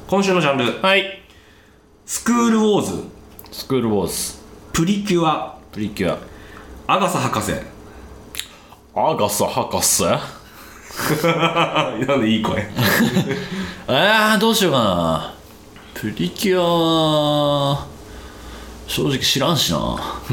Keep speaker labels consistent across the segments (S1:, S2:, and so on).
S1: 今週のジャンル、
S2: はい。
S1: スクールウォーズ、
S2: スクールウォーズ、
S1: プリキュア、
S2: プリキュア、
S1: アガサ博士。
S2: アガサ博士
S1: なんでいい声
S2: どうしようかな。プリキュア正直知らんしな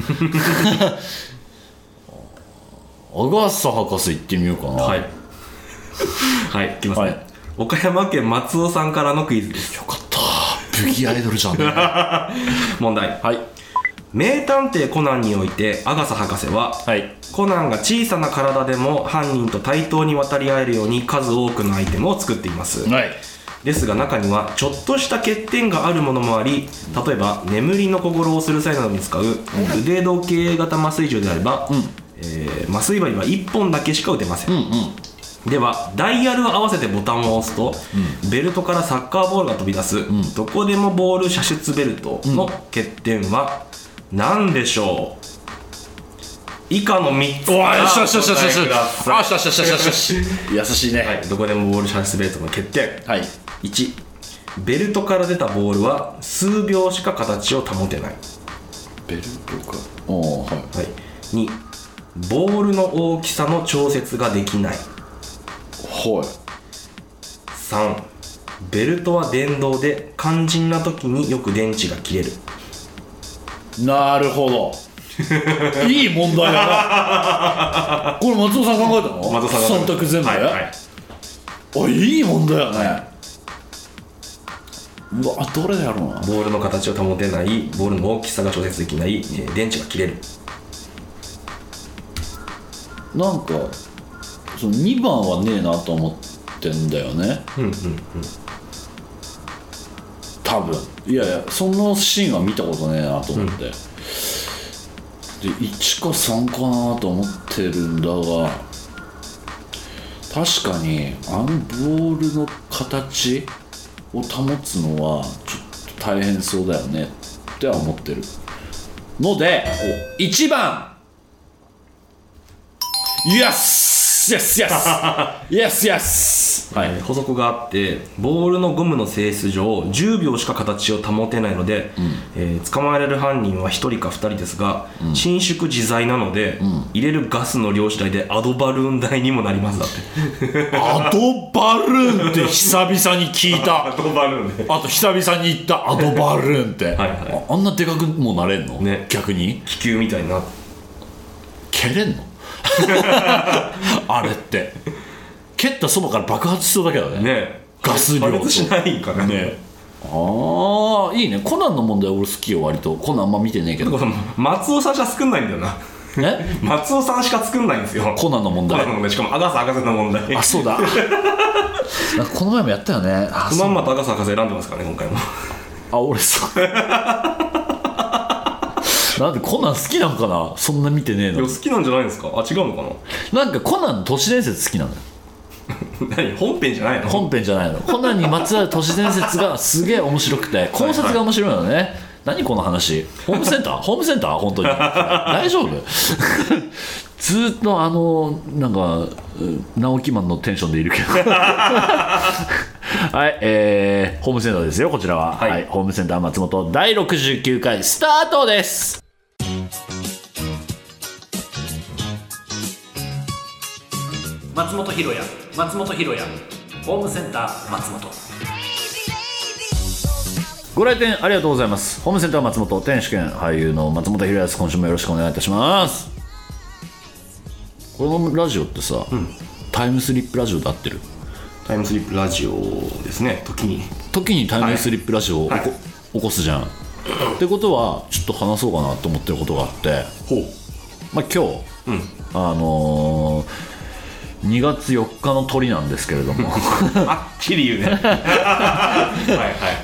S2: アガサ博士行ってみようかな。
S1: はいはい、いきますね、はい、岡山県松尾さんからのクイズです。
S2: よかった、ブギアイドルじゃんね
S1: 問題、
S2: はい。
S1: 名探偵コナンにおいてアガサ博士は、
S2: はい、
S1: コナンが小さな体でも犯人と対等に渡り合えるように数多くのアイテムを作っています、
S2: はい。
S1: ですが中にはちょっとした欠点があるものもあり、例えば眠りの小五郎をする際などに使う腕時計型麻酔銃であれば、麻酔針は1本だけしか打てません、ではダイヤルを合わせてボタンを押すと、ベルトからサッカーボールが飛び出す、どこでもボール射出ベルトの欠点は何でしょう。以下の3つ
S2: お
S1: から
S2: よしよしよしよしよし
S1: お答えください。
S2: よしよしよしよしよし優しいね。
S1: はい、どこでもボール射出ベルトの欠点。
S2: はい。
S1: 1、ベルトから出たボールは数秒しか形を保てない。
S2: ベルトか。おお、はい。
S1: はい、2、ボールの大きさの調節ができない。
S2: はい。
S1: 3、ベルトは電動で肝心な時によく電池が切れる。
S2: なるほどいい問題だなこれ松尾さん考えたの？
S1: 松尾さんが
S2: 3択全部、
S1: はいはい、
S2: いい問題だね。うわ、どれだろうな。
S1: ボールの形を保てない、ボールの大きさが調節できない、電池が切れる。
S2: なんかその2番はねえなと思ってんだよね。多分いやいや、そのシーンは見たことねえなと思って、で1か3かなと思ってるんだが、確かにあのボールの形を保つのはちょっと大変そうだよねっては思ってるので、1番。イエスイエスイエスイエスイエス。はい。
S1: 補足があって、ボールのゴムの性質上10秒しか形を保てないので、捕まえられる犯人は1人か2人ですが、伸縮自在なので、入れるガスの量次第でアドバルーン代にもなりますだって
S2: アドバルーンって久々に聞いた
S1: アドバルーンね。
S2: あと久々に言ったアドバルーンって
S1: はい、はい、
S2: あんなでかくもなれんの、
S1: ね、
S2: 逆に
S1: 気球みたいな
S2: 蹴れんのあれって蹴ったそばから爆発しそうだけどね。
S1: ね、
S2: ガス量と
S1: 破裂しないんかな
S2: ね。ああ、いいね。コナンの問題俺好きよ、割と。コナンあんま見てねえけど。
S1: 松尾さんしか作んないんだよな松尾さんしか作んないんですよ、
S2: コナンの問題。
S1: コナンの問題、しかもアガサ博士の問題。
S2: あ、そうだなんかこの前もやったよね。
S1: まんまとアガサ博士選んでますからね、今回も。
S2: あ、俺そうなんでコナン好きなんかな、そんな見てねえの。
S1: いや、好きなんじゃないんですか。あ、違うのかな。
S2: なんかコナンの都市伝説好きなのよ
S1: 何、本編じゃないの。
S2: 本編じゃないの。コナンにまつわる都市伝説がすげえ面白くて考察が面白いのね、はいはい、何この話、ホームセンターホームセンター本当に大丈夫ずっとなんか直木マンのテンションでいるけどはい、ホームセンターですよ、こちらは、はいはい、ホームセンター松本第69回スタートです。松本ひろやホームセンター松本。ご来店ありがとうございます。ホームセンター松本店主兼俳優の松本ひろやです。今週もよろしくお願いいたします。このラジオってさ、タイムスリップラジオで合ってる？
S1: タイムスリップラジオですね。時に
S2: タイムスリップラジオを、起こすじゃん、ってことはちょっと話そうかなと思ってることがあって、まあ、今日、2月4日の鳥なんですけれども
S1: あっきり言うねはい、はい、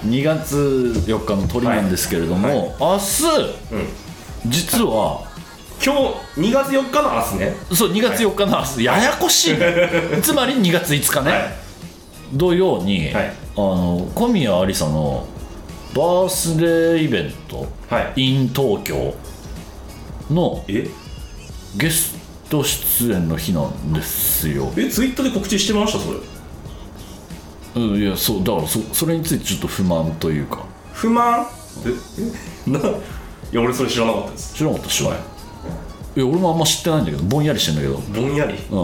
S2: 2月4日の鳥なんですけれども、明日、実は
S1: 今日2月4日の明日ね。
S2: そう、2月4日の明日、ややこしいねつまり2月5日ね、土曜に、小宮有紗のバースデーイベント、in 東京のゲスト出演の日なんですよ。
S1: ツイッターで告知してましたそれ。
S2: いやそうだからそれについてちょっと不満というか。
S1: 不満？いや俺それ知らなかったです。
S2: 知らなかったっしょ。いや俺もあんま知ってないんだけど、ぼんやりしてんだけど。
S1: ぼんやり。はい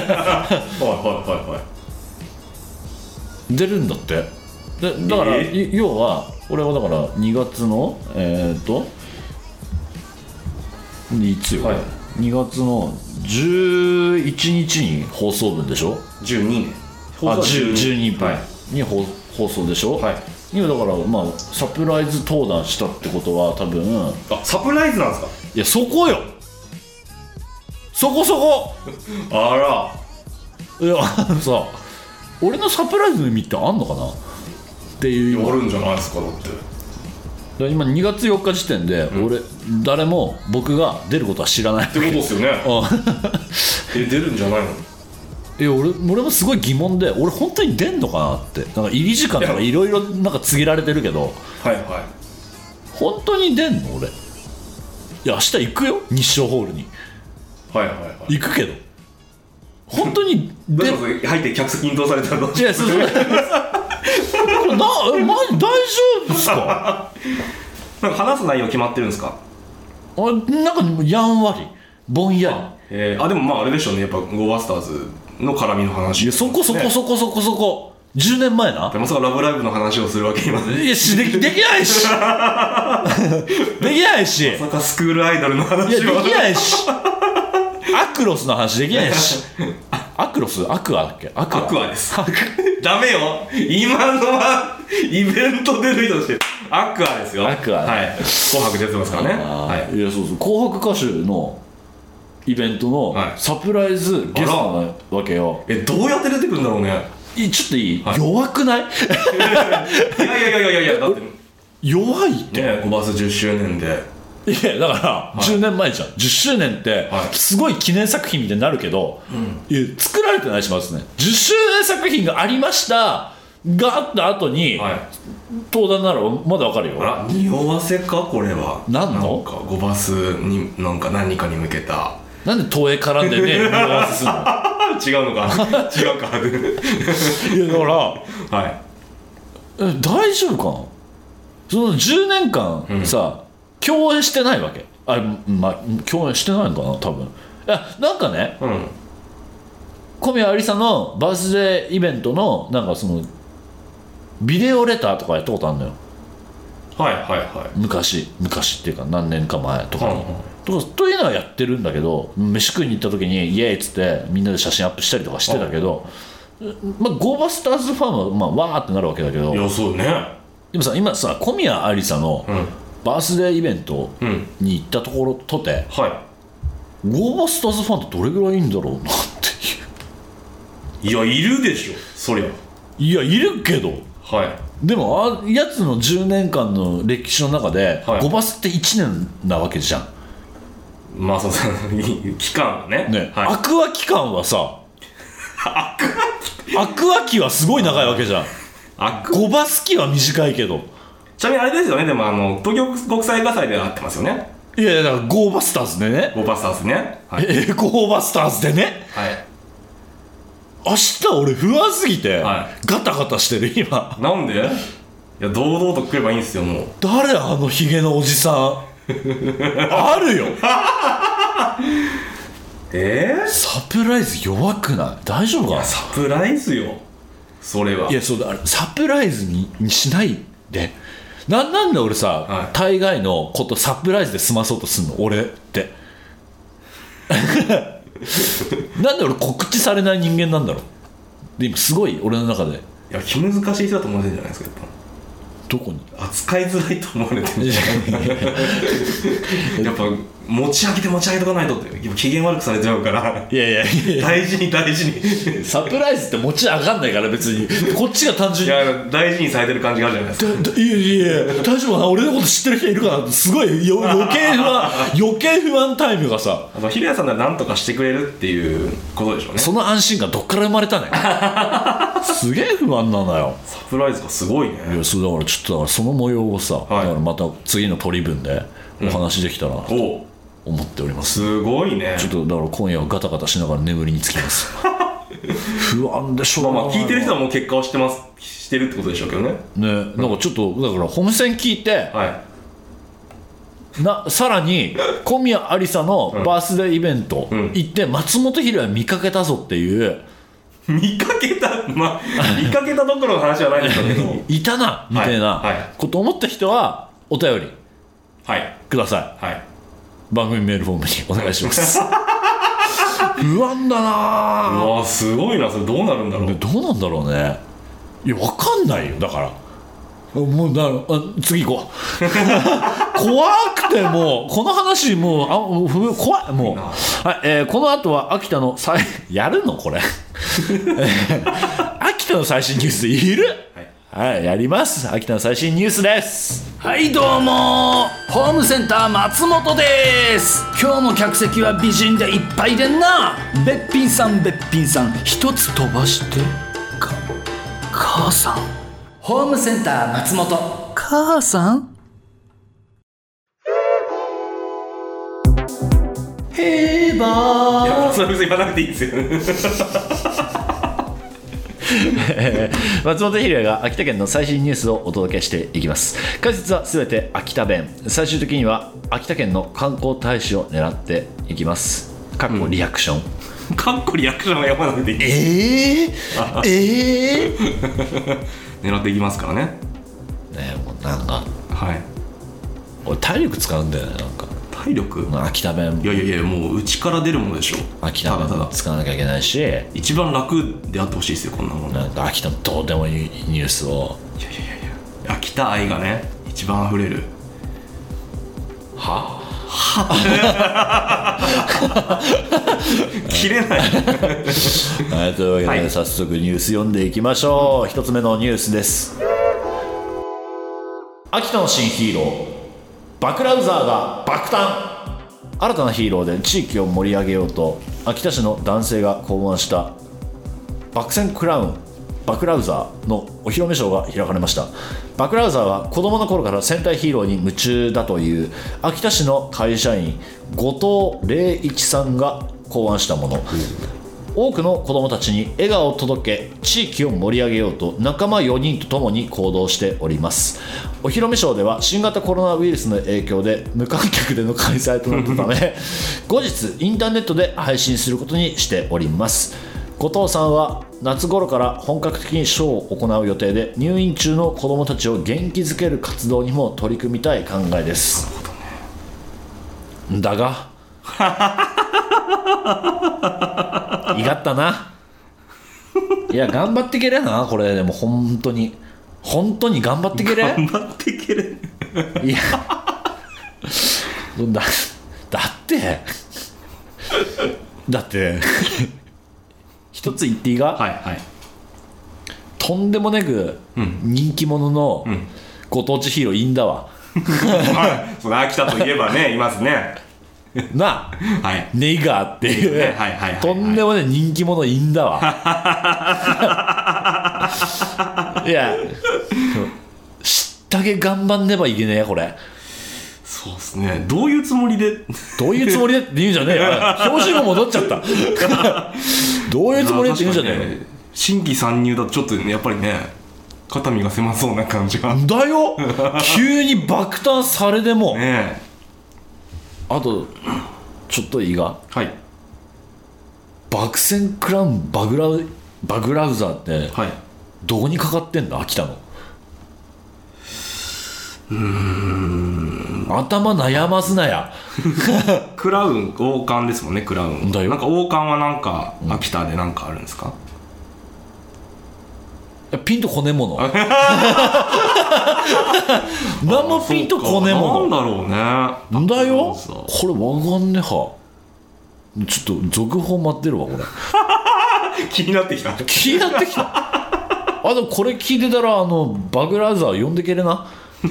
S2: 出るんだって。でだから、要は俺はだから2月のいつよ、2月の11日に放送分でしょ。
S1: 12年。
S2: 12分に放送でしょ。今だからまあサプライズ登壇したってことは多分。
S1: サプライズなんですか。
S2: いやそこよ、そこ
S1: あら。
S2: いやさ、俺のサプライズの意味ってあんのかなっていう。
S1: あるんじゃないですか。だって
S2: 今2月4日時点で、俺誰も僕が出ることは知らない
S1: ってことですよね。出るんじゃないの。
S2: 俺もすごい疑問で、俺本当に出んのかなって。なんか入り時間とかいろいろなんか告げられてるけど、本当に出んの俺。いや明日行くよ、日照ホールに。行くけど本当に
S1: どうします？入って客席に通されたらどうします？
S2: これ大丈夫ですか？
S1: なんか話す内容決まってるんですか？
S2: なんかやんわりぼんやり。
S1: でもまああれでしょうね、やっぱゴーバスターズの絡みの話。
S2: いやそこ10年前な。
S1: でもラブライブの話をするわけには。
S2: いやできないしできないし、
S1: まさかスクールアイドルの話は。
S2: いやできないしアクロスの話できないしアクロスアクアだっけ。アクア
S1: です。ダメよ、今のはイベント出る人としてアクアですよ。
S2: アクア、
S1: 紅白出てますからね。
S2: いやそう紅白歌手のイベントのサプライズゲストなわけよ。
S1: どうやって出てくるんだろうね。
S2: ちょっといい、弱くない？い
S1: やだって
S2: 弱いって
S1: ね、5バス10周年で。
S2: いやだから10年前じゃん。10周年ってすごい記念作品みたいになるけど、いや作られてないしますね。10周年作品がありましたがあった後に、登壇ならまだわかるよ。
S1: 匂わせかこれは。
S2: 何の
S1: なんか5バスになんか何かに向けた。
S2: なんで東映絡んでね匂わせするの
S1: 違うのか違うか
S2: いやだから大丈夫かな。その10年間さ、共演してないわけ。共演してないのかな多分。いやなんかね、小宮有紗のバースデーイベントのなんかそのビデオレターとかやったことあるのよ。昔っていうか何年か前とかに、というのはやってるんだけど、飯食いに行った時にイエーイっつってみんなで写真アップしたりとかしてたけど、ゴーバスターズファンはわーってなるわけだけど。
S1: いやそうね。
S2: でもさ今さ小宮有紗のバースデーイベントに行ったところとて、ゴーバスターズファンってどれぐらいいいんだろうなっていう。
S1: いやいるでしょそりゃ。
S2: いやいるけど、でもやつの10年間の歴史の中で、ゴバスって1年なわけじゃん。
S1: まあそう期間がね。
S2: アクア期間はさアクア期はすごい長いわけじゃん。ゴバス期は短いけど。
S1: ちなみにあれですよね、でも東京国際映画祭で会ってますよね。
S2: いやだからゴーバスターズでね。
S1: ゴーバスターズね。
S2: ゴーバスターズでね。明日俺不安すぎて、ガタガタしてる今。なんで？
S1: いや堂々と来ればいいんですよ。もう
S2: 誰あのヒゲのおじさんあるよサプライズ弱くない？大丈夫かな？
S1: サプライズよそれは。
S2: いやそうだ、サプライズにしないで。なんで俺さ、大概のことサプライズで済まそうとすんの俺ってなんで俺告知されない人間なんだろう。で今すごい俺の中で。
S1: いや気難しい人だと思われてるんじゃないですか。やっぱ
S2: どこに
S1: 扱いづらいと思われてるんじゃないやっぱ持ち上げておかないとって機嫌悪くされちゃうから。いや大事に
S2: サプライズって持ち上がんないから別にこっちが単純に。
S1: いや大事にされてる感じがあるじゃないですか。
S2: いや大丈夫かな、俺のこと知ってる人いるかなってすごい余計不安タイムがさ。
S1: ひろやさんなら何とかしてくれるっていうことでしょうね。
S2: その安心感どっから生まれたねすげえ不安なのよ。
S1: サプライズがすごいね。
S2: いやそうだからちょっとだからその模様をさ、だからまた次の取り分でお話できたらと思っております。
S1: すごいね。
S2: ちょっとだから今夜はガタガタしながら眠りにつきます不安でしょうがない。
S1: 聞いてる人はもう結果をしてるってことでしょうけどね。
S2: なんかちょっとだから本戦聞いて、さらに小宮有沙のバースデーイベント行って松本ひろや見かけたぞっていう、
S1: 見かけたどころの話はないんですけど
S2: いたなみたいなこと思った人はお便りください、番組メールフォームにお願いします不安だな。
S1: うわすごいな。それどうなるんだろう。
S2: どうなんだろうね。いや分かんないよ。だからもう次行こう怖くてもうこの話もう怖いもう、この後は秋田のやるのこれ秋田の最新ニュースいる？やります。秋田の最新ニュースです。
S3: はいどうもホームセンター松本です。今日も客席は美人でいっぱいでんな。べっぴんさん一つ飛ばして母さん。ホームセンター松本。母さん。ヘーバー。
S1: いやそれ別に言わなくていいですよ
S2: 松本ひろやが秋田県の最新ニュースをお届けしていきます。解説はすべて秋田弁。最終的には秋田県の観光大使を狙っていきます。かっこリアクション、
S1: リアクションはやまなくていい。狙っていきますからね。
S2: もうなんか俺体力使うんだよね。なんか
S1: 体力、
S2: 秋田弁。
S1: いやもう内から出るものでしょ。
S2: 秋田弁使わなきゃいけないし、
S1: 一番楽であってほしいですよこんなもん。
S2: なんか秋田のどうでもいいニュースを。
S1: いや秋田愛がね一番溢れる。切れない
S2: というわけで、早速ニュース読んでいきましょう。一つ目のニュースです。秋田の新ヒーローバクラウザーが爆誕。新たなヒーローで地域を盛り上げようと秋田市の男性が考案した爆戦クラウンバクラウザーのお披露目ショーが開かれました。バクラウザーは子供の頃から戦隊ヒーローに夢中だという秋田市の会社員後藤礼一さんが考案したもの。多くの子供たちに笑顔を届け地域を盛り上げようと仲間4人と共に行動しております。お披露目ショーでは新型コロナウイルスの影響で無観客での開催となったため後日インターネットで配信することにしております。後藤さんは夏頃から本格的にショーを行う予定で入院中の子どもたちを元気づける活動にも取り組みたい考えです。だがいがったな。いや頑張ってけれな。これでも本当に頑張ってけれ。
S1: 頑張ってけれ
S2: いやだって一つ言っていいが、とんでもなく人気者のご当地ヒーローいいんだわ。
S1: その秋田といえばねいますね
S2: なあ、ネイガーっていうとんでもね人気者いいんだわ。いや知ったげ頑張んねばいけねえこれ。
S1: そうですね。どういうつもりでって
S2: 言うんじゃねえよ。表紙も戻っちゃったどういうつもりでって言うんじゃねえよ。
S1: 新規参入だとちょっとやっぱりね肩身が狭そうな感じが
S2: だよ急に爆誕されでも
S1: ねえ。
S2: あとちょっといいが、爆戦クラウンバグラウザーって、どこにかかってんだ秋田の。頭悩ますなや
S1: クラウン王冠ですもんね。クラウン
S2: だよ。
S1: なんか王冠はなんか秋田でなんかあるんですか。
S2: ピンとこねえもの何もピンとこねえもの。
S1: なんだろうね。
S2: なんだよこれわかんねえは。ちょっと続報待ってるわこれ
S1: 気になってきた
S2: あでもこれ聞いてたらバグラウザー呼んでけれな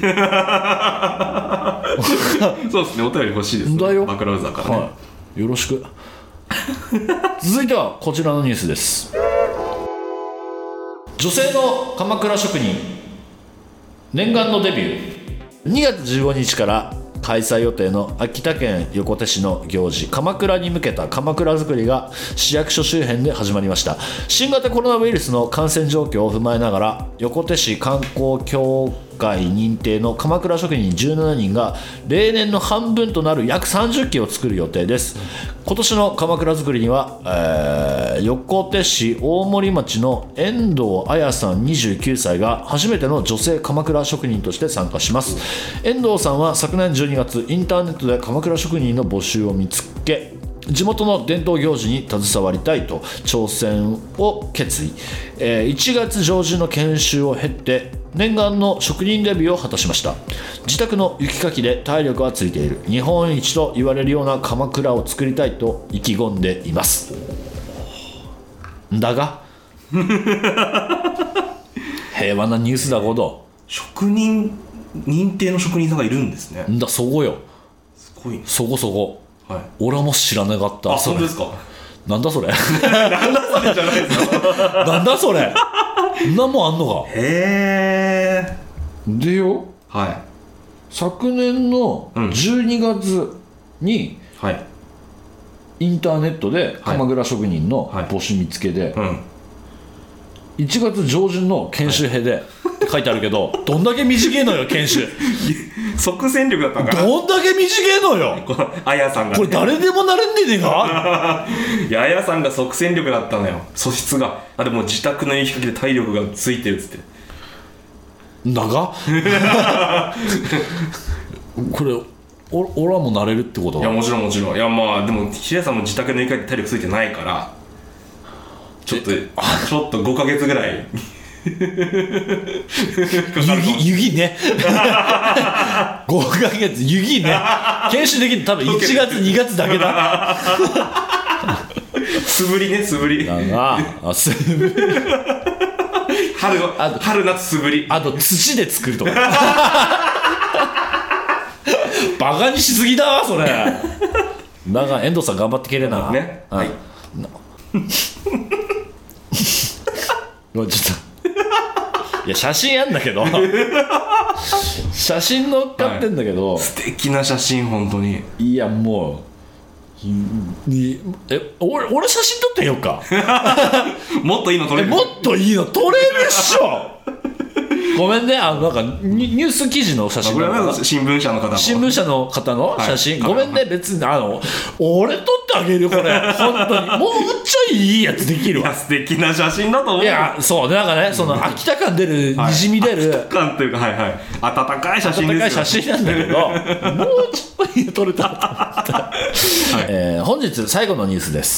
S1: そうですね。お便り欲しいですね。
S2: だよ
S1: バグラウザーからね、
S2: よろしく続いてはこちらのニュースです。女性の鎌倉職人念願のデビュー。2月15日から開催予定の秋田県横手市の行事鎌倉に向けた鎌倉づくりが市役所周辺で始まりました。新型コロナウイルスの感染状況を踏まえながら横手市観光協会認定の鎌倉職人17人が例年の半分となる約30機を作る予定です。今年の鎌倉づくりには、横手市大森町の遠藤彩さん29歳が初めての女性鎌倉職人として参加します。遠藤さんは昨年12月インターネットで鎌倉職人の募集を見つけ、地元の伝統行事に携わりたいと挑戦を決意、1月上旬の研修を経て念願の職人デビューを果たしました。自宅の雪かきで体力はついている、日本一と言われるような鎌倉を作りたいと意気込んでいます。だが平和なニュースだこと。
S1: 職人認定の職人さんがいるんですね。
S2: だ、そこよ。
S1: すごいね。
S2: そこ、はい、俺はもう知らなかった。
S1: あ、そうですか。
S2: なんだそれ
S1: なんだそれじゃないですか。
S2: なんだそれ。そんなもんあんのか。
S1: へえ。
S2: でよ、
S1: はい、
S2: 昨年の12月に、
S1: はい、
S2: インターネットで鎌倉職人の募集見つけで、
S1: はい、
S2: 1月上旬の研修兵で、って書いてあるけど、どんだけ短いのよ研修。
S1: 即戦力だったんかな。
S2: どんだけ短いのよ。
S1: あやさんが、ね、
S2: これ誰でもなれんでねえか。
S1: いや、あやさんが即戦力だったのよ。素質がでも自宅の雪かきで体力がついてるっつって。
S2: だがこれ俺はもうなれるってこと。
S1: いや、もちろん。いや、まあでも平さんも自宅の雪かきで体力ついてないから、ちょっと5ヶ月ぐらい
S2: 湯着ね。5ヶ月湯着ね。研修できるの多分1月2月だけだ。
S1: 素振りね、素振り。
S2: だが素振り。
S1: 春夏素振り。
S2: あと土で作るとか。バカにしすぎだわそれ。だが遠藤さん頑張ってけれな
S1: ね。はい。
S2: ちょっと。いや、写真やんだけど。写真載っかってんだけど、
S1: 素敵な写真。本当に。
S2: いや、もう俺写真撮ってよっか。
S1: もっといいの撮れる。
S2: もっといいの撮れるっしょ。ごめんね、なんかニュース記事の写真。
S1: これは新聞社の方
S2: の写真、
S1: はい、
S2: ごめんね、別に俺撮ってあげるよこれ。本当にもうちょいいいやつできるわ。
S1: いや、素敵な写真だと思う。
S2: いや、そうなんかね、その秋田感出る、にじみ出る、
S1: 秋田感というか、はいはい、温かい写真ですよ。
S2: 温かい写真なんだけど、もうちょっといいの撮れたと思った。はい、本日最後のニュースです。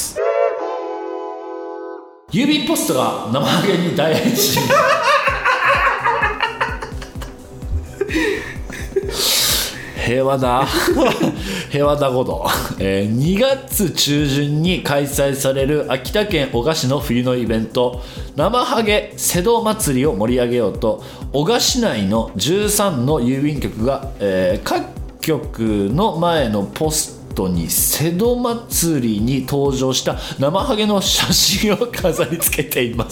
S2: 郵便ポストが生ハゲに大変身。平和だこと、2月中旬に開催される秋田県男鹿市の冬のイベント生ハゲ瀬戸祭りを盛り上げようと、男鹿市内の13の郵便局が、各局の前のポストに瀬戸祭りに登場した生ハゲの写真を飾り付けています。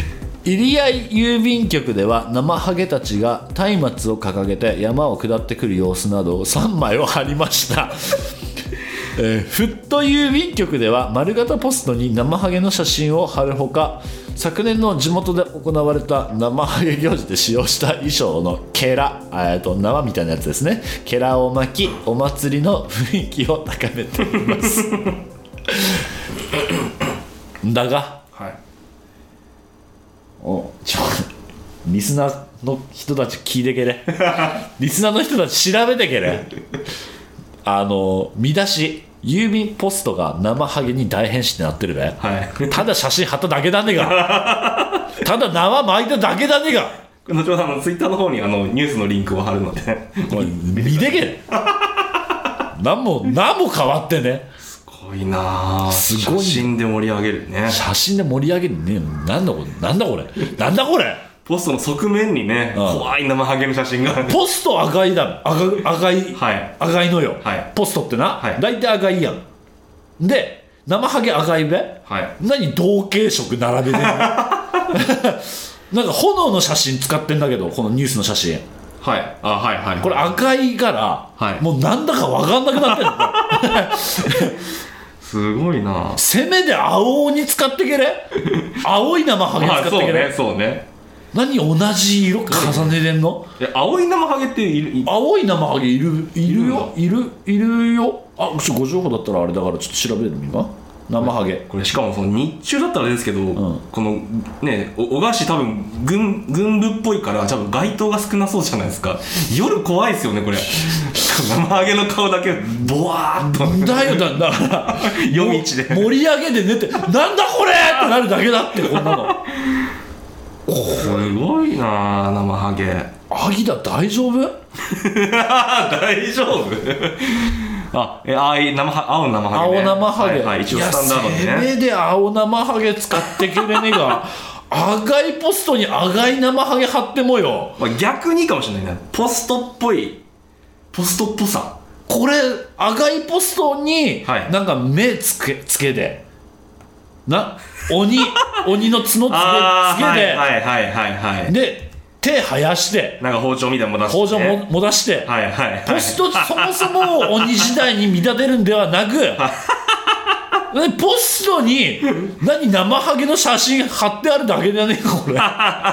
S2: 入合郵便局では生ハゲたちが松明を掲げて山を下ってくる様子など3枚を貼りました。フット郵便局では丸型ポストに生ハゲの写真を貼るほか、昨年の地元で行われた生ハゲ行事で使用した衣装のケラ、縄みたいなやつですね、ケラを巻きお祭りの雰囲気を高めていますだが、はい、リスナーの人たち聞いてけれ。リスナーの人たち調べてけれ。見出し郵便ポストが生ハゲに大変身ってなってるべ、はい、ただ写真貼っただけだねが。ただ縄巻いただけだねが。
S1: 後ほどツイッターの方にニュースのリンクを貼るので
S2: 見てけれ。何も変わってね。
S1: すごいな。
S2: すごい。
S1: 写真で盛り上げるね。
S2: 写真で盛り上げるね。なんだこれ。
S1: ポストの側面にね、怖い生ハゲの写真が。
S2: ポスト赤いだ。赤い、はい、赤いのよ、はい、ポストってな、はい、大体赤いやん。で生ハゲ赤いべ、はい、何同系色並べてんの。なんか炎の写真使ってんだけど、このニュースの写真
S1: はい、あ、はいはい、はい、
S2: これ赤いから、はい、もうなんだか分かんなくなってるの
S1: すごいな。
S2: せめて青鬼使ってけれ青い生ハゲ使ってけれ、
S1: そうね。
S2: 何同じ色重ねてんの？
S1: 青い生ハゲって
S2: 青い生ハゲいるよ。あ、ご情報だったらあれだからちょっと調べるの今。生ハゲ
S1: これしかもその日中だったらですけど、このねお菓子多分軍部っぽいから多分街灯が少なそうじゃないですか。夜怖いですよねこれ。生ハゲの顔だけボワーっと
S2: だよだから
S1: 夜道で
S2: 盛り上げて寝てなんだこれってなるだけだってこんなの。
S1: すごいな生ハゲ。
S2: アギダ大丈夫？
S1: 大丈夫？青生ハゲ、ね、
S2: 青生ハゲ、
S1: はい、一応スタンダードでね。
S2: せめで青生ハゲ使ってくれねえが赤いポストに赤い生ハゲ貼ってもよ、
S1: 逆にいいかもしれないね。ポストっぽさ。
S2: これ赤いポストになんか目つけてな鬼の角つけでで手生やして
S1: なんか包丁みたいなのも出して、
S2: 包丁も出して、ポストそもそも鬼時代に見立てるんではなくポストに何生ハゲの写真貼ってあるだけじゃねえかこれ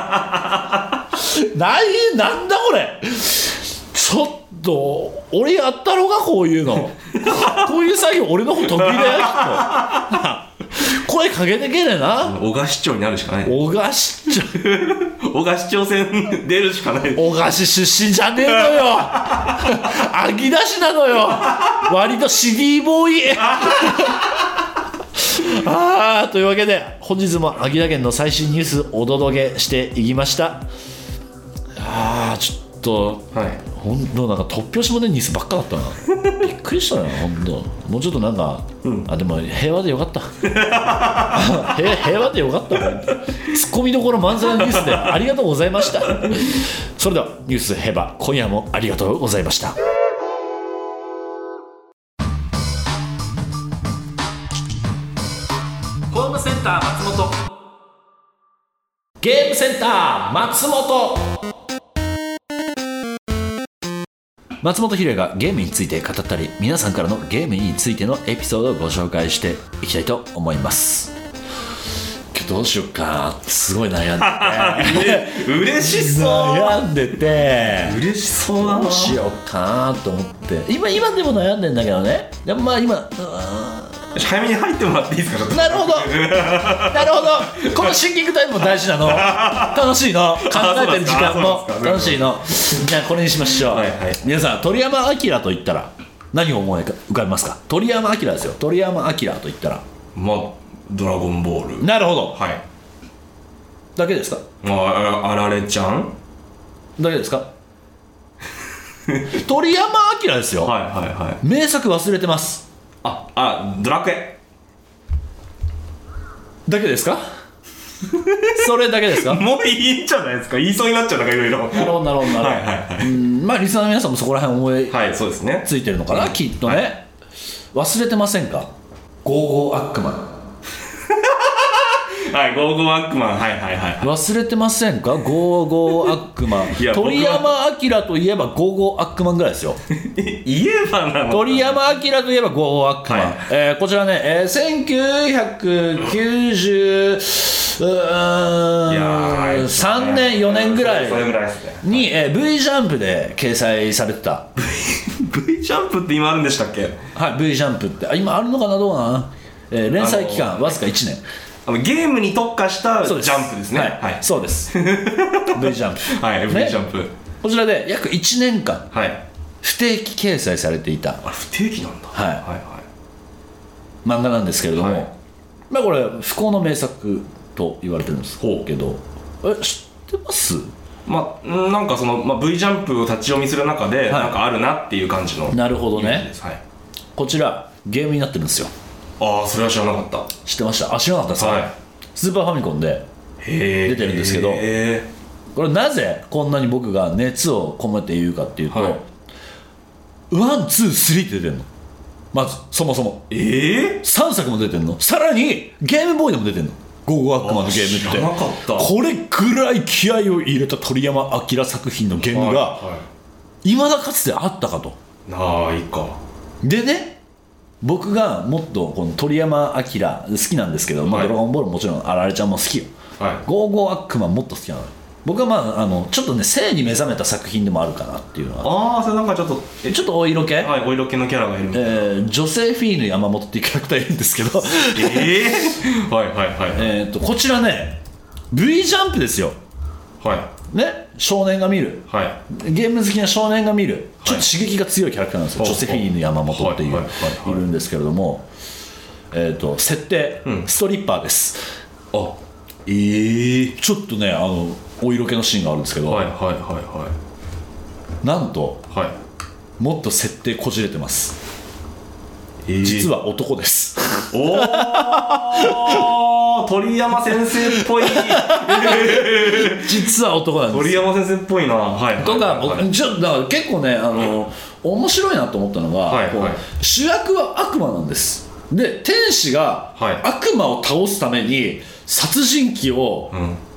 S2: なんだこれ。ちょっと俺やったろうがこういうのこういう作業俺の方得意だよきっと声かけてけねな。
S1: 小菓子町になるしかない。
S2: 小菓子
S1: 町線出るしかない。
S2: 小菓子出身じゃねえのよ秋田市なのよ割とシティボーイというわけで本日も秋田県の最新ニュースお届けしていきました。ちょっと、本当なんか突拍子もねニュースばっかだったなびっくりしたな本当。もうちょっとなんか、でも平和でよかった平和でよかった。ツッコミどころ満載のニュースでありがとうございましたそれではニュースヘバ今夜もありがとうございました。ホームセンター松本ゲームセンター松本。松本ひろやがゲームについて語ったり皆さんからのゲームについてのエピソードをご紹介していきたいと思います。今日どうしようかすごい悩んで
S1: て嬉しそう。
S2: 悩んでて
S1: 嬉しそうだな。
S2: どうしようかと思って今でも悩んでんだけどね。でも今
S1: 早めに入ってもらっていいですか。
S2: なるほどこのシンキングタイムも大事なの楽しいの考えてる時間も楽しいの。じゃあこれにしましょう、皆さん鳥山明と言ったら何を思い浮かべますか。鳥山明ですよ。鳥山明と言ったら
S1: ドラゴンボール。
S2: なるほど、だけですか。
S1: あられちゃん
S2: だけですか鳥山明ですよ。名作忘れてます。
S1: ドラクエ
S2: だけですかそれだけですか
S1: もういいんじゃないですか。言いそうになっちゃうなんかいろいろ。なるほど
S2: リスナーの皆さんもそこら辺思いついてるのかな、きっとね、忘れてませんか。ゴーゴーアックマン
S1: ゴーゴーアックマン
S2: 忘れてませんか。ゴーゴーアックマン鳥山明といえばゴーゴーアックマンぐらいですよ
S1: 言えばなの。
S2: 鳥山明といえばゴーゴーアックマン、こちらね、1993年4年ぐらいに、V ジャンプで掲載されてた
S1: V ジャンプって今あるんでしたっけ。
S2: V ジャンプって今あるのかなどうかな、連載期間わずか1年。
S1: ゲームに特化したジャンプですね。
S2: そうです V ジャンプ
S1: V ジャンプ、
S2: こちらで約1年間不定期掲載されていた
S1: 不定期なんだ
S2: 漫画なんですけれども、これ不幸の名作と言われてるんですけど、知ってます。
S1: なんかその、V ジャンプを立ち読みする中で、なんかあるなっていう感じの。
S2: なるほどね、こちらゲームになってるんですよ。
S1: それは知らなかった。
S2: 知ってました。知らなかったですか。スーパーファミコンで出てるんですけど、これなぜこんなに僕が熱を込めて言うかっていうと、1、2、3って出てるの。まずそもそも3作も出てるの。さらにゲームボーイでも出てるの。 ゴーゴー悪魔のゲームって。
S1: 知らなかった。
S2: これぐらい気合を入れた鳥山明作品のゲームが未だかつてあったかと。
S1: ないか。
S2: でね、僕がもっとこの鳥山明好きなんですけど、まあ、ドラゴンボールもちろんあられちゃんも好きよ、ゴーゴー悪魔もっと好きなのよ。僕はまあちょっとね性に目覚めた作品でもあるかなっていうのは。
S1: それなんかちょっ
S2: とお色気、
S1: お色気のキャラがいるみたいな。
S2: ジョセフィーヌ山本っていうキャラクターいるんですけどこちらね V ジャンプですよ。ね、少年が見る、ゲーム好きな少年が見る、ちょっと刺激が強いキャラクターなんですよ。ジョセフィーヌ山本っていういるんですけれども、設定、ストリッパーです。ちょっとねお色気のシーンがあるんですけど、なんと、もっと設定こじれてます。実は男です。
S1: 鳥山先生っぽい
S2: 実は男なんです。
S1: 鳥山先生っぽいな。
S2: とか僕だから結構ね面白いなと思ったのが、主役は悪魔なんです。で天使が悪魔を倒すために殺人鬼を、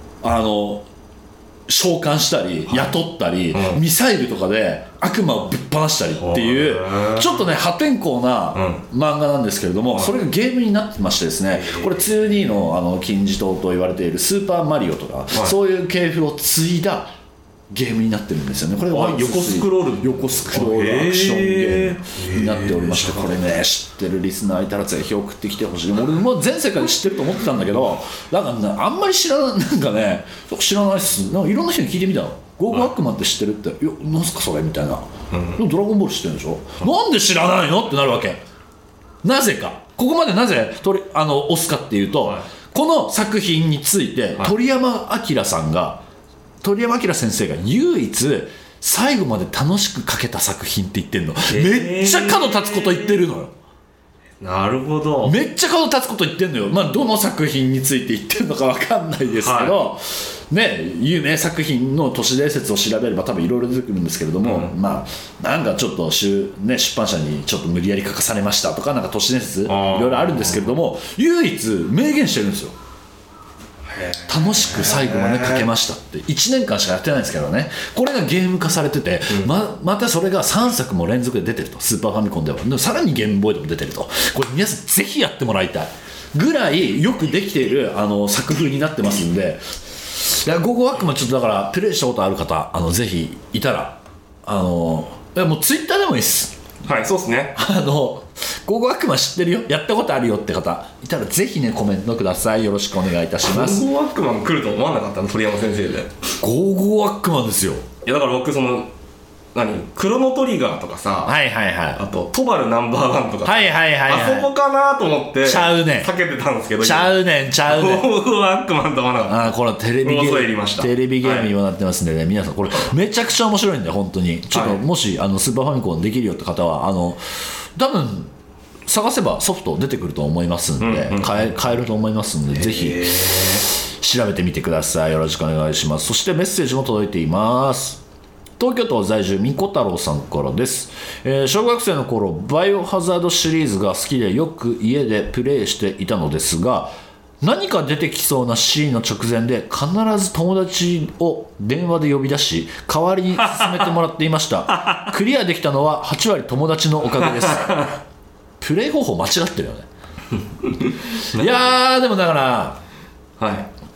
S2: 召喚したり雇ったり、ミサイルとかで悪魔をぶっ放したりっていうちょっとね破天荒な漫画なんですけれども、それがゲームになってましてですね、これ 2D の金字塔と言われているスーパーマリオとか、そういう系譜を継いだゲームになってるんですよね。これは
S1: 横スクロール
S2: アクションゲームになっておりまして、これね知ってるリスナーいたらぜひ送ってきてほしい。俺も全世界で知ってると思ってたんだけど、なんか、ね、あんまり知らないっす。なんかいろんな人に聞いてみたの。ゴーゴー悪魔って知ってるって、なんすかそれみたいな、でもドラゴンボール知ってるんでしょ、なんで知らないのってなるわけ。なぜかここまでなぜ押すかっていうと、この作品について鳥山明先生が唯一最後まで楽しく描けた作品って言ってんの。めっちゃ角立つこと言ってるのよ。
S1: なるほど。
S2: めっちゃ角立つこと言ってんのよ。まあどの作品について言ってるのか分かんないですけど、ね、有名作品の都市伝説を調べれば多分いろいろ出てくるんですけれども、まあなんかちょっと出版社にちょっと無理やり書かされましたとか、なんか都市伝説いろいろあるんですけれども、唯一明言してるんですよ。楽しく最後までかけましたって1年間しかやってないんですけどね、これがゲーム化されてて、またそれが3作も連続で出てると。スーパーファミコンではさらにゲームボーイでも出てると。これ皆さんぜひやってもらいたいぐらいよくできている作風になってますんで、ゴーゴー悪魔ちょっとだからプレイしたことある方ぜひいたらもうツイッターでもいいっす。
S1: そうですね。
S2: ゴーゴー悪魔知ってるよ、やったことあるよって方いたらぜひねコメントください。よろしくお願いいたします。
S1: ゴーゴー悪魔が来ると思わなかったの、鳥山先生で。
S2: ゴーゴー悪魔ですよ。
S1: いやだから僕クロノトリガーとかさ、あとトバルナンバーワンとか、あそこかなと思って避けてたんですけど、
S2: ちゃうねん
S1: ゴーゴー悪魔と思わなかった。
S2: これテレビゲームにもなってますんでね、皆さんこれめちゃくちゃ面白いんで本当にちょっともしスーパーファミコンできるよって方は多分探せばソフト出てくると思いますんで、買えると思いますんで、ぜひ調べてみてください。よろしくお願いします。そしてメッセージも届いています。東京都在住みこ太郎さんからです。小学生の頃バイオハザードシリーズが好きでよく家でプレイしていたのですが、何か出てきそうなシーンの直前で必ず友達を電話で呼び出し代わりに進めてもらっていましたクリアできたのは8割友達のおかげですプレイ方法間違ってるよねいやーでもだから、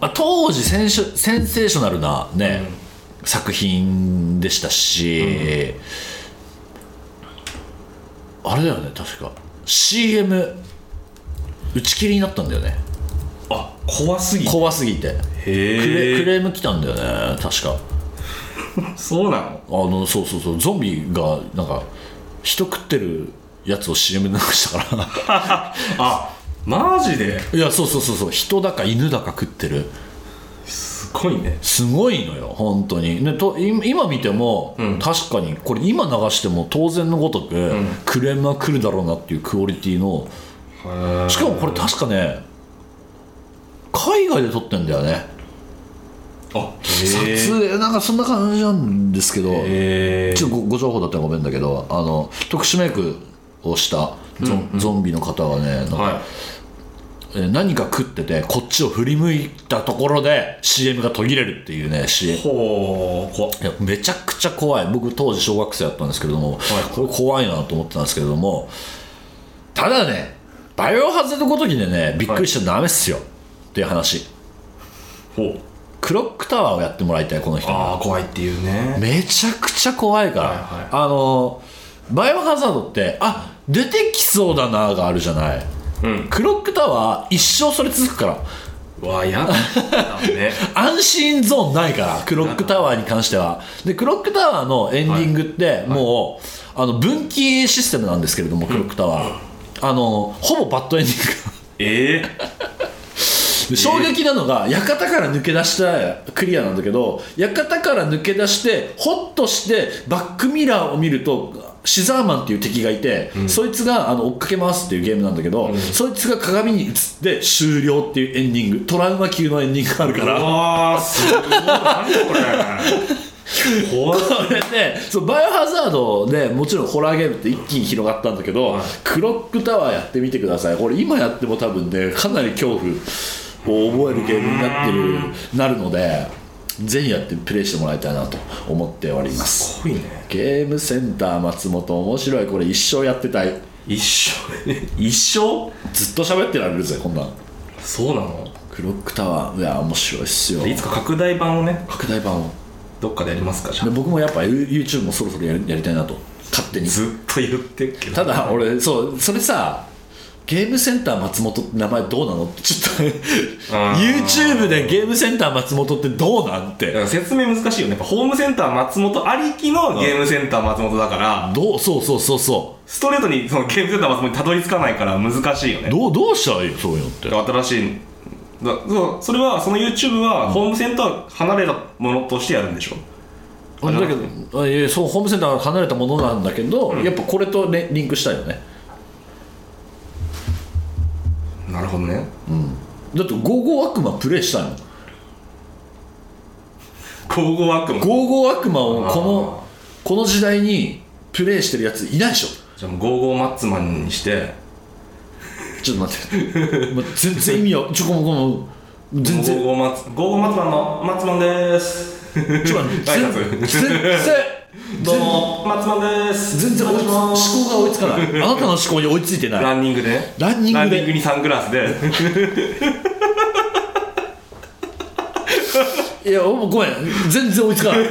S2: 当時センセーショナルなね、作品でしたし、あれだよね、確か CM 打ち切りになったんだよね。
S1: 怖すぎて
S2: クレーム来たんだよね確か
S1: そうなの？
S2: そうゾンビがなんか人食ってるやつを CM で流したから
S1: マジで？
S2: いやそう人だか犬だか食ってる。
S1: すごいね。
S2: すごいのよ本当にね。今見ても、確かにこれ今流しても当然のごとく、クレームは来るだろうなっていうクオリティの、しかもこれ確かね海外で撮ってんだよね。撮影なんかそんな感じなんですけど、ちょっとご情報だったらごめんだけど特殊メイクをしたゾンビの方がねなんか、 何か食っててこっちを振り向いたところで CM が途切れるっていうね CM。
S1: ほう、
S2: いやめちゃくちゃ怖い。僕当時小学生だったんですけれども、これ怖いなと思ってたんですけれども、ただねバイオハザードごときでねびっくりしちゃダメっすよ、っていう話。
S1: ほう、
S2: クロックタワーをやってもらいたい、この人。
S1: ああ怖いっていうね。
S2: めちゃくちゃ怖いから、バイオハザードって出てきそうだながあるじゃない、クロックタワー一生それ続くから。
S1: うわやだね
S2: 安心ゾーンないからクロックタワーに関しては。でクロックタワーのエンディングってもう、分岐システムなんですけれども、クロックタワー、ほぼバッドエンディング衝撃なのが館から抜け出したクリアなんだけど、館から抜け出してホッとしてバックミラーを見るとシザーマンっていう敵がいて、そいつが追っかけ回すっていうゲームなんだけど、そいつが鏡に映って終了っていうエンディング、トラウマ級のエンディングがあるから。
S1: わーすごい、何これ
S2: これでバイオハザードでもちろんホラーゲームって一気に広がったんだけど、クロックタワーやってみてください。これ今やっても多分ねかなり恐怖を覚えるゲームになるので、ぜひやってプレイしてもらいたいなと思っております。
S1: すごいね。
S2: ゲームセンター松本面白い。これ一生やってたい。
S1: 一生
S2: ずっと喋ってられるぜこんなん。
S1: そうなの。
S2: クロックタワー、いや面白いっすよ。
S1: いつか拡大版をね、
S2: 拡大版を
S1: どっかでやりますか。じゃあ
S2: 僕もやっぱ YouTube もそろそろやりたいなと勝手に
S1: ずっと言ってるけど、
S2: ただ俺それさゲームセンター松本って名前どうなのってちょっとYouTube でゲームセンター松本ってどうなんて
S1: 説明難しいよね。やっぱホームセンター松本ありきのゲームセンター松本だから、
S2: そう
S1: ストレートにそのゲームセンター松本にたどり着かないから難しいよね。
S2: どうしたらいいよそういうのって。
S1: 新しいそれはその YouTube はホームセンター離れたものとしてやるんでしょ。
S2: だけどそうホームセンターが離れたものなんだけど、やっぱこれと、ね、リンクしたいよね。
S1: なるほどね、
S2: だってゴーゴー悪魔プレイしたいの。
S1: ゴーゴー悪魔、
S2: ゴーゴー悪魔をこの時代にプレイしてるやついないでしょ。
S1: じゃあもうゴーゴーマッツマンにして
S2: ちょっと待って全然意味は全然
S1: ゴーゴーマッツマンのマッツマンでーす。
S2: ちょっと待って全然
S1: どうもマッツマンです。
S2: 全然思考が追いつかない。あなたの思考に追いついてない。
S1: ランニングで
S2: ランニング
S1: にサングラスで
S2: いやごめん全然追いつかない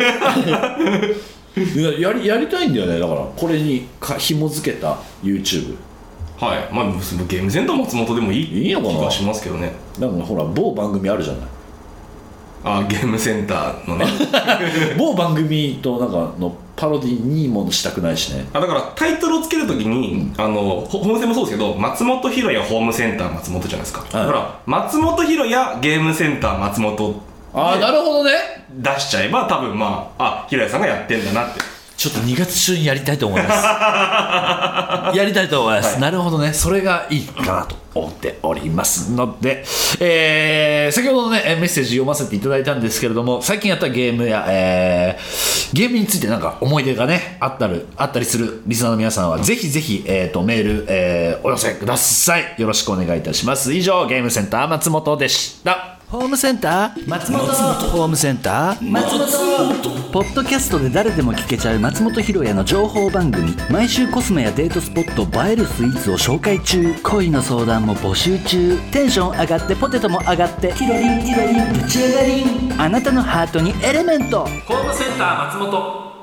S2: やりたいんだよね。だからこれに紐付けた YouTube。
S1: はい、まあゲームセンター松本でもいい
S2: のかな
S1: 気がしますけどね。
S2: なんかほら某番組あるじゃない。
S1: ゲームセンターのね
S2: 某番組となんかのパロディにもしたくないしね。
S1: だからタイトルをつけるときに、ホームセンもそうですけど、松本ひろやホームセンター松本じゃないですか、だから松本ひろやゲームセンター松本
S2: なるほどね。
S1: 出しちゃえば多分ひろやさんがやってんだなって。
S2: ちょっと2月中にやりたいと思いますやりたいと思います、なるほどね。それがいいかなと思っておりますので、先ほどのねメッセージ読ませていただいたんですけれども、最近やったゲームや、ゲームについてなんか思い出がねあったりするリスナーの皆さんはぜひぜひ、メール、お寄せください。よろしくお願いいたします。以上ゲームセンター松本でした。
S3: ホームセンター松本ホームセンター松本ポッドキャストで誰でも聞けちゃう松本ひろやの情報番組。毎週コスメやデートスポット、映えるスイーツを紹介中。恋の相談も募集中。テンション上がってポテトも上がってキロリンキロリンぶち上がりん。あなたのハートにエレメント。
S1: ホームセンター松本。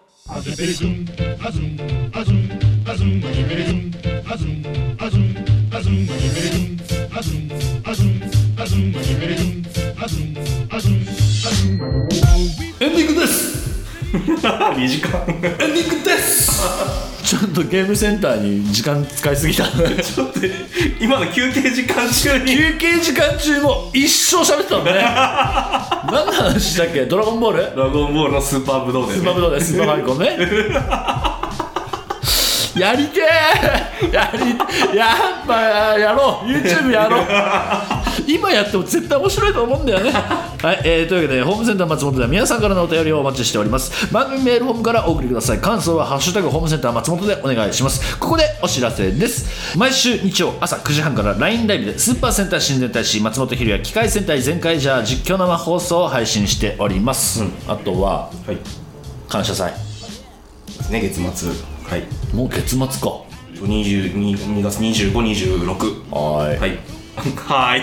S2: エンディングです
S1: 2時間
S2: エンディングですちょっとゲームセンターに時間使いすぎた
S1: ちょっと今の休憩時間中に
S2: 休憩時間中も一生喋ってたのね何の話だっけ。ドラゴンボール
S1: のスーパーブドウで、ね、
S2: スーパーブドウでスーパーファミコンねやりてーやっぱやろう YouTube やろう今やっても絶対面白いと思うんだよねはい、というわけでホームセンター松本では皆さんからのお便りをお待ちしております。番組メールフォームからお送りください。感想はハッシュタグホームセンター松本でお願いします。ここでお知らせです。毎週日曜朝9時半から LINE ライブでスーパー戦隊親善大使松本ひるや機械戦隊全開ジャー実況生放送を配信しております、あとは、感謝祭
S1: ですね、月末。はい、
S2: もう月末か。
S1: 2月25、26。
S2: はい
S1: はいはい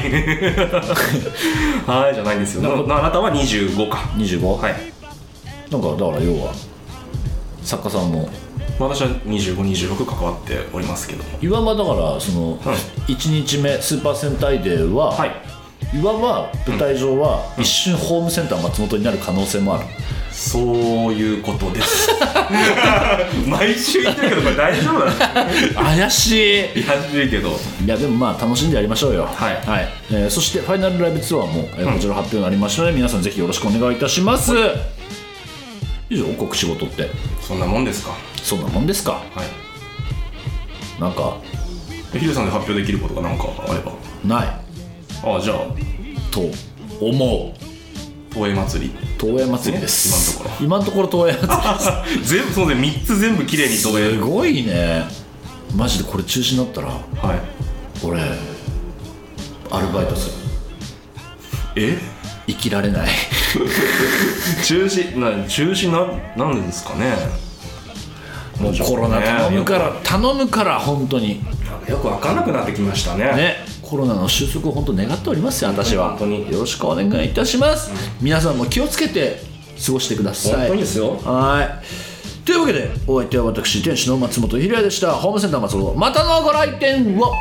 S1: はいじゃないんですよ。あなたは25か。
S2: 25？
S1: はい。
S2: なんかだから要は作家さんも
S1: 私は25、26関わっておりますけども、
S2: いわばだからその1日目スーパー戦隊デーは、いわば舞台上は一瞬ホームセンター松本になる可能性もある。
S1: そういうことです毎週言ってるけどこれ大丈夫だ
S2: 怪しい
S1: 怪しいけど、
S2: いやでもまあ楽しんでやりましょうよ。
S1: はい、
S2: そしてファイナルライブツアーも、こちら発表になりましたので、皆さんぜひよろしくお願いいたします。以上、告知事って
S1: そんなもんですか。
S2: そんなもんですか。
S1: はい。
S2: なんか
S1: ヒデさんで発表できることが何かあれば。
S2: ない。
S1: ああ、じゃあ
S2: と思う。
S1: 東映祭り。
S2: 東映祭りです。
S1: 今のところ
S2: 東映祭りです
S1: 全部そうで3つ全部綺麗に東映。
S2: すごいね。マジでこれ中止になったら、
S1: はい、
S2: 俺アルバイトする。生きられない
S1: 中止なんでですかね。
S2: もうコロナ頼むから本当に
S1: よく分かんなくなってきましたね。
S2: コロナの収束を本当願っておりますよ、私は。本当によろしくお願いいたします、皆さんも気をつけて過ごしてください。
S1: 本当にですよ。
S2: はい、というわけでお相手は私店主の松本ひろやでした。ホームセンター松本、またのご来店を。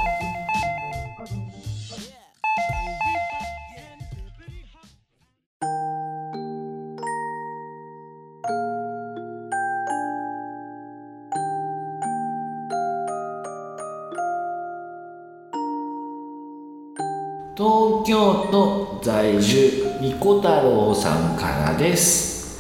S2: 東京都在住みこ太郎さんからです。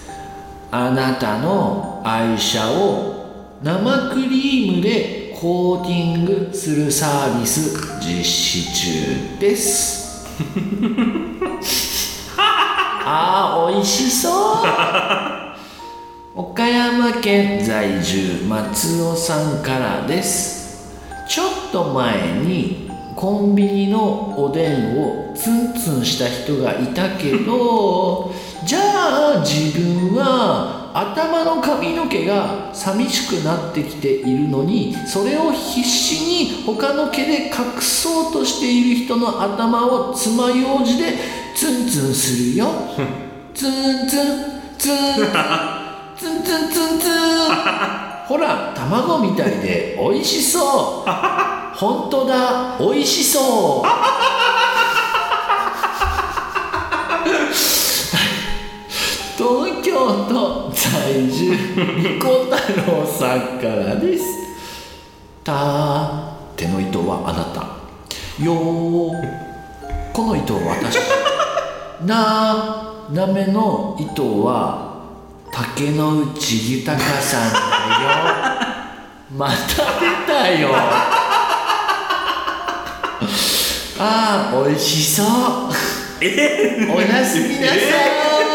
S2: あなたの愛車を生クリームでコーティングするサービス実施中ですあー、おいしそう岡山県在住松尾さんからです。ちょっと前にコンビニのおでんをツンツンした人がいたけどじゃあ自分は頭の髪の毛が寂しくなってきているのにそれを必死に他の毛で隠そうとしている人の頭を爪楊枝でツンツンするよツンツンツンツンツンツンツンツンほら卵みたいでおいしそう本当だおいしそう東京都在住みこ太郎さんからです。手の糸はあなたよこの糸は私なめの糸は竹野内豊さんだよまた出たよあー、おいしそうおやすみなさい